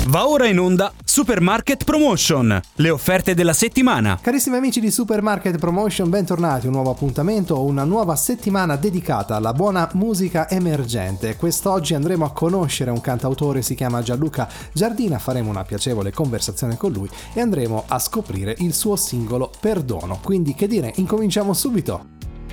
Va ora in onda Supermarket Promotion, le offerte della settimana. Carissimi amici di Supermarket Promotion, bentornati, un nuovo appuntamento, una nuova settimana dedicata alla buona musica emergente. Quest'oggi andremo a conoscere un cantautore, si chiama Gianluca Giardina, faremo una piacevole conversazione con lui e andremo a scoprire il suo singolo Perdono. Quindi che dire, incominciamo subito!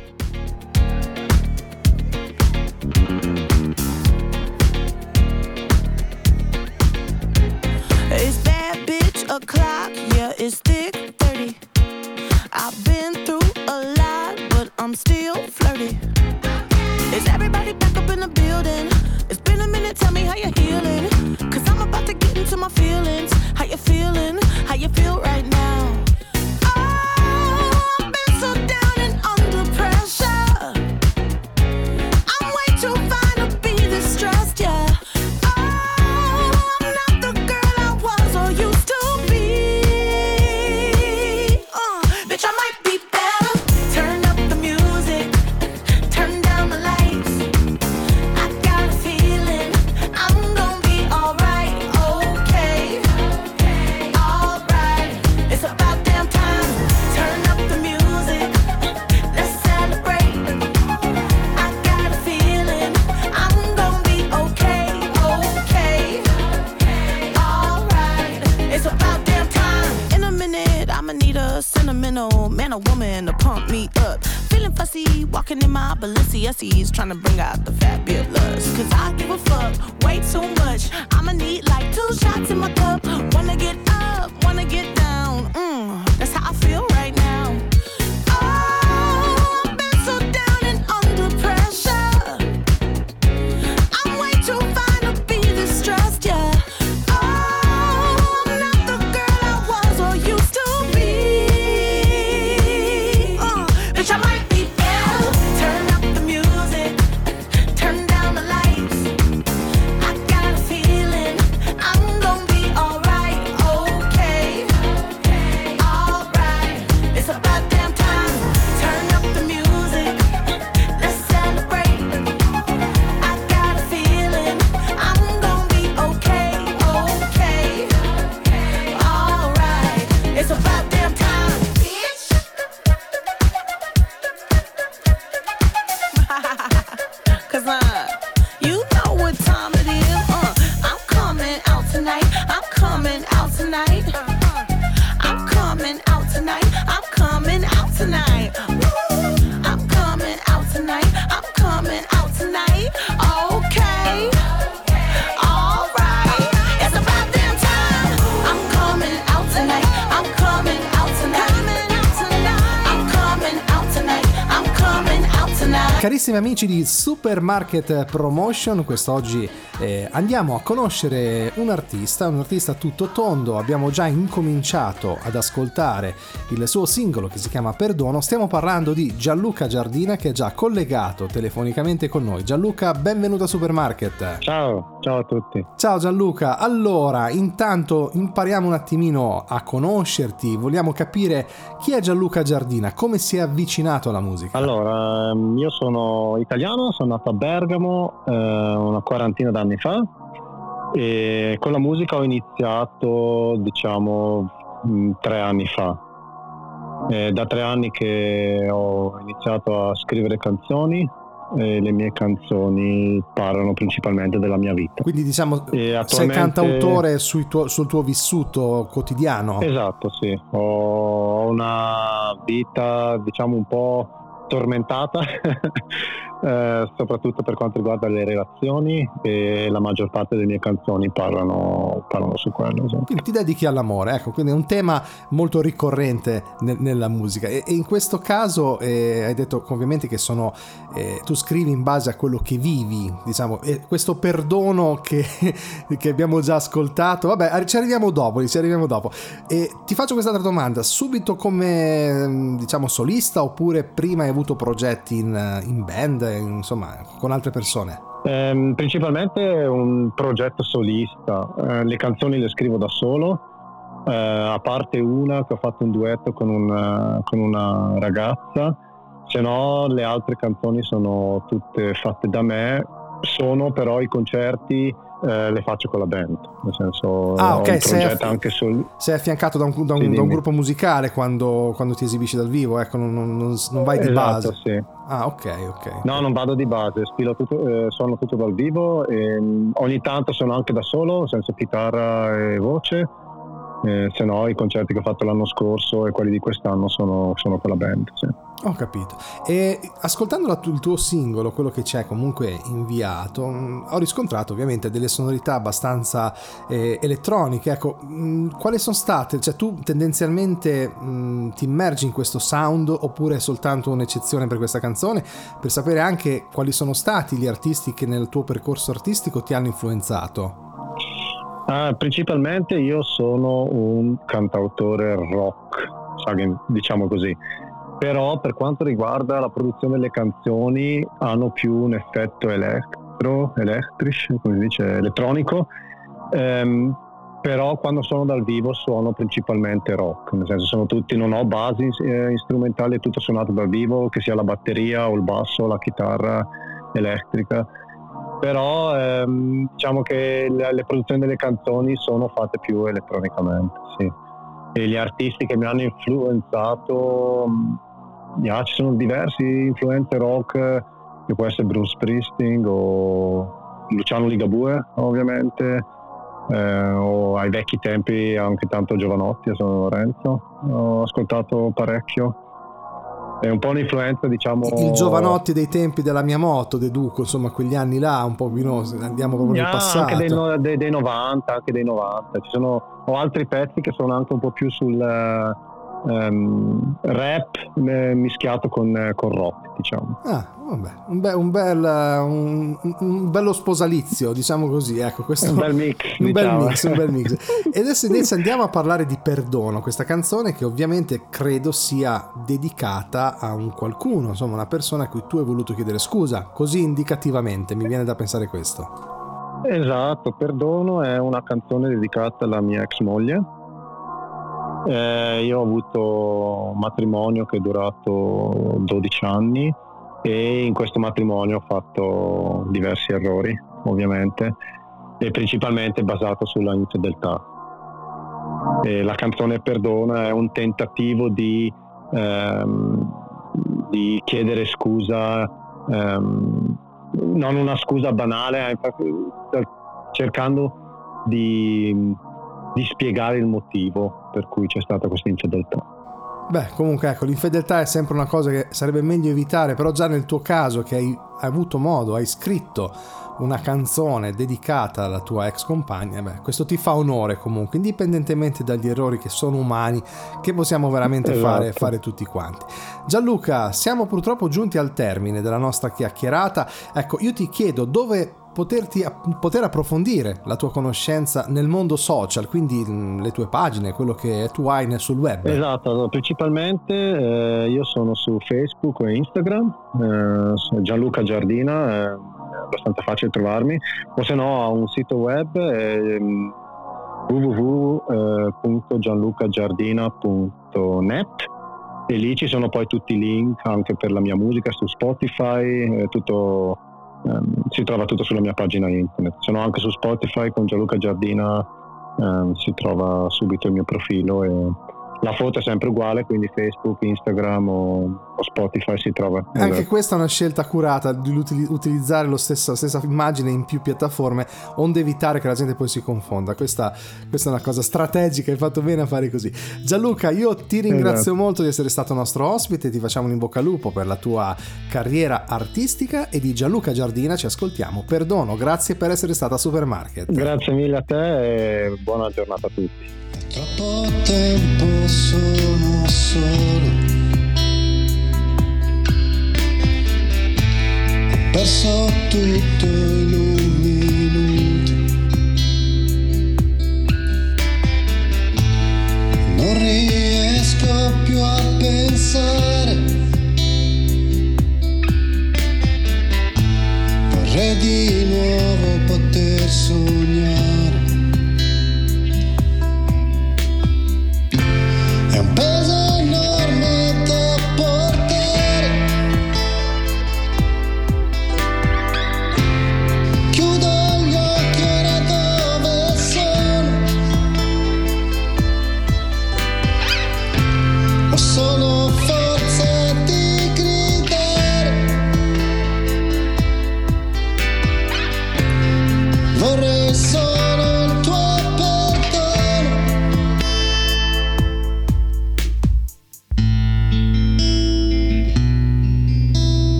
O'clock, yeah, it's thick 30. I've been through a lot, but I'm still flirty. Is everybody back up in the building? It's been a minute, tell me how you're healing. Cause I'm about to get into my feelings. How you feeling? How you feel right now? Oh, I've been so down and under pressure. I'm way too fine to be this stressed, yeah. Man or woman to pump me up. Feeling fussy, walking in my Balenciennes, trying to bring out the fabulous. Cause I give a fuck way too much. I'ma need like 2 shots in my cup. Wanna get up, wanna get down. That's how I feel right now. Oh, I've been so down and under pressure. I'm way too fine to be this stressed, yeah. Oh, I'm not the girl I was or used to be. I might be better. Turn up the music, turn down the lights. I got a feeling I'm gonna be alright, okay, alright. It's about damn time. Turn up the music, let's celebrate. I got a feeling I'm gonna be okay, alright. It's about damn time, bitch. Cause you know what time it is. I'm coming out tonight. I'm coming out tonight. I'm coming out tonight. I'm coming out tonight. I'm coming out tonight. I'm coming out tonight. Okay. Alright. It's about damn time. I'm coming out tonight. I'm coming out tonight. I'm coming out tonight. I'm coming out tonight. Carissimi amici di Supermarket Promotion, quest'oggi andiamo a conoscere un artista tutto tondo. Abbiamo già incominciato ad ascoltare il suo singolo che si chiama Perdono. Stiamo parlando di Gianluca Giardina, che è già collegato telefonicamente con noi. Gianluca, benvenuto a Supermarket. Ciao a tutti. Ciao Gianluca, allora intanto impariamo un attimino a conoscerti, vogliamo capire chi è Gianluca Giardina, come si è avvicinato alla musica. Allora, io sono italiano, sono nato a Bergamo una quarantina d'anni fa e con la musica ho iniziato 3 anni fa. È da 3 anni che ho iniziato a scrivere canzoni e le mie canzoni parlano principalmente della mia vita. Quindi sei cantautore sul tuo vissuto quotidiano. Esatto, sì. Ho una vita un po' tormentata soprattutto per quanto riguarda le relazioni, e la maggior parte delle mie canzoni parlano su quello. Esatto. Quindi ti dedichi all'amore, ecco, quindi è un tema molto ricorrente nella musica e in questo caso hai detto ovviamente che tu scrivi in base a quello che vivi, e questo perdono che abbiamo già ascoltato, vabbè, ci arriviamo dopo e ti faccio quest'altra domanda: subito come solista oppure prima hai avuto progetti in band, con altre persone? Principalmente un progetto solista. Le canzoni le scrivo da solo, a parte una che ho fatto un duetto con una ragazza, se no le altre canzoni sono tutte fatte da me. Sono però i concerti le faccio con la band, nel senso ok, ho un progetto anche sei affiancato da un gruppo musicale quando ti esibisci dal vivo, ecco, non vai di base. Sì. Ok. No, non vado di base, suono tutto dal vivo e ogni tanto sono anche da solo, senza chitarra e voce. Se no i concerti che ho fatto l'anno scorso e quelli di quest'anno sono con la band, sì. Ho capito. E ascoltando il tuo singolo, quello che c'è comunque inviato, ho riscontrato ovviamente delle sonorità abbastanza elettroniche. Ecco, quali sono state? Cioè, tu tendenzialmente ti immergi in questo sound oppure è soltanto un'eccezione per questa canzone? Per sapere anche quali sono stati gli artisti che nel tuo percorso artistico ti hanno influenzato. Principalmente io sono un cantautore rock, diciamo così, però per quanto riguarda la produzione delle canzoni hanno più un effetto elettrico, come si dice, elettronico, però quando sono dal vivo suono principalmente rock, nel senso non ho basi strumentali, è tutto suonato dal vivo, che sia la batteria o il basso o la chitarra elettrica. Però diciamo che le produzioni delle canzoni sono fatte più elettronicamente, sì. E gli artisti che mi hanno influenzato, ci sono diversi influenze rock, che può essere Bruce Springsteen o Luciano Ligabue ovviamente, o ai vecchi tempi anche tanto Giovanotti a San Lorenzo ho ascoltato parecchio. È un po' un'influenza, diciamo. Il Giovanotti dei tempi della mia moto, De Duco, insomma, quegli anni là, un po' andiamo proprio nel passato. Anche dei 90, anche dei 90. Ho altri pezzi che sono anche un po' più sul rap mischiato con rock, diciamo. Vabbè, un bello sposalizio, diciamo così, ecco, questo un bel mix. Un bel mix. E adesso invece andiamo a parlare di Perdono, questa canzone che ovviamente credo sia dedicata a un qualcuno, insomma, una persona a cui tu hai voluto chiedere scusa, così indicativamente, mi viene da pensare questo. Esatto, Perdono è una canzone dedicata alla mia ex moglie. Io ho avuto un matrimonio che è durato 12 anni e in questo matrimonio ho fatto diversi errori, ovviamente, e principalmente basato sulla infedeltà. E la canzone Perdono è un tentativo di chiedere scusa, non una scusa banale, cercando di spiegare il motivo per cui c'è stata questa infedeltà. Beh, comunque ecco, l'infedeltà è sempre una cosa che sarebbe meglio evitare, però già nel tuo caso che hai avuto modo, hai scritto una canzone dedicata alla tua ex compagna, questo ti fa onore comunque, indipendentemente dagli errori che sono umani, che possiamo veramente fare tutti quanti. Gianluca, siamo purtroppo giunti al termine della nostra chiacchierata. Ecco, io ti chiedo dove poter approfondire la tua conoscenza nel mondo social, quindi le tue pagine, quello che tu hai sul web. Esatto, principalmente io sono su Facebook e Instagram, Gianluca Giardina, è abbastanza facile trovarmi, o se no ho un sito web www.gianlucagiardina.net e lì ci sono poi tutti i link anche per la mia musica su Spotify, tutto. Si trova tutto sulla mia pagina internet. Sono anche su Spotify con Gianluca Giardina, si trova subito il mio profilo e la foto è sempre uguale, quindi Facebook, Instagram o Spotify si trova. Anche questa è una scelta accurata di utilizzare la stessa immagine in più piattaforme, onde evitare che la gente poi si confonda. Questa è una cosa strategica, hai fatto bene a fare così. Gianluca, io ti ringrazio molto di essere stato nostro ospite, ti facciamo un in bocca al lupo per la tua carriera artistica e di Gianluca Giardina ci ascoltiamo Perdono. Grazie per essere stata a Supermarket. Grazie mille a te e buona giornata a tutti. Troppo tempo sono solo, ho perso tutto in un minuto, non riesco più a pensare, vorrei di nuovo poter sognare. È un peso enorme da portare, chiudo gli occhi ora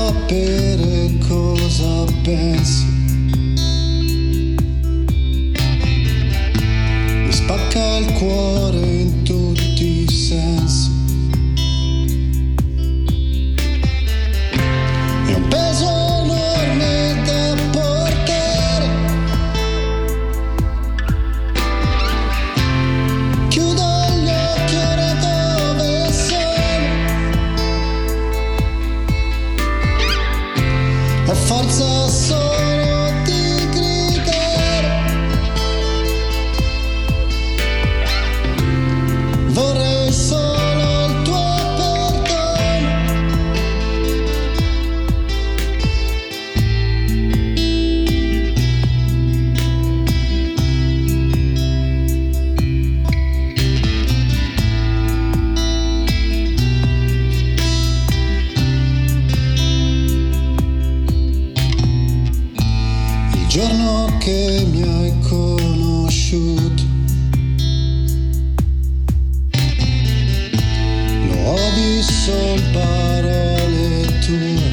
sapere cosa pensi. Mi spacca il cuore in tutti i sensi. È un peso enorme da portare. Chiudo gli occhi ora dove sono. Ho forza solo di gridare. Vorrei solo il tuo perdono. Il giorno che mi hai conosciuto lo ho visto in parole tue.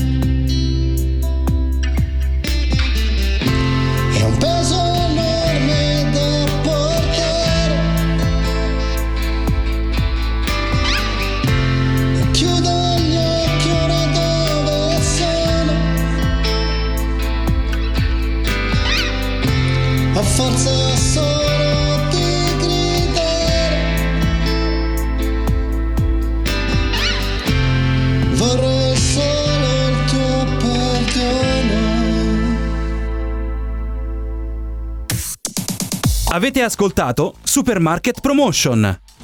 È un peso enorme da portare. E chiudo gli occhi ora dove sono. Ho forza solo di gridare. Vorrei solo il tuo perdono. Avete ascoltato Supermarket Promotion,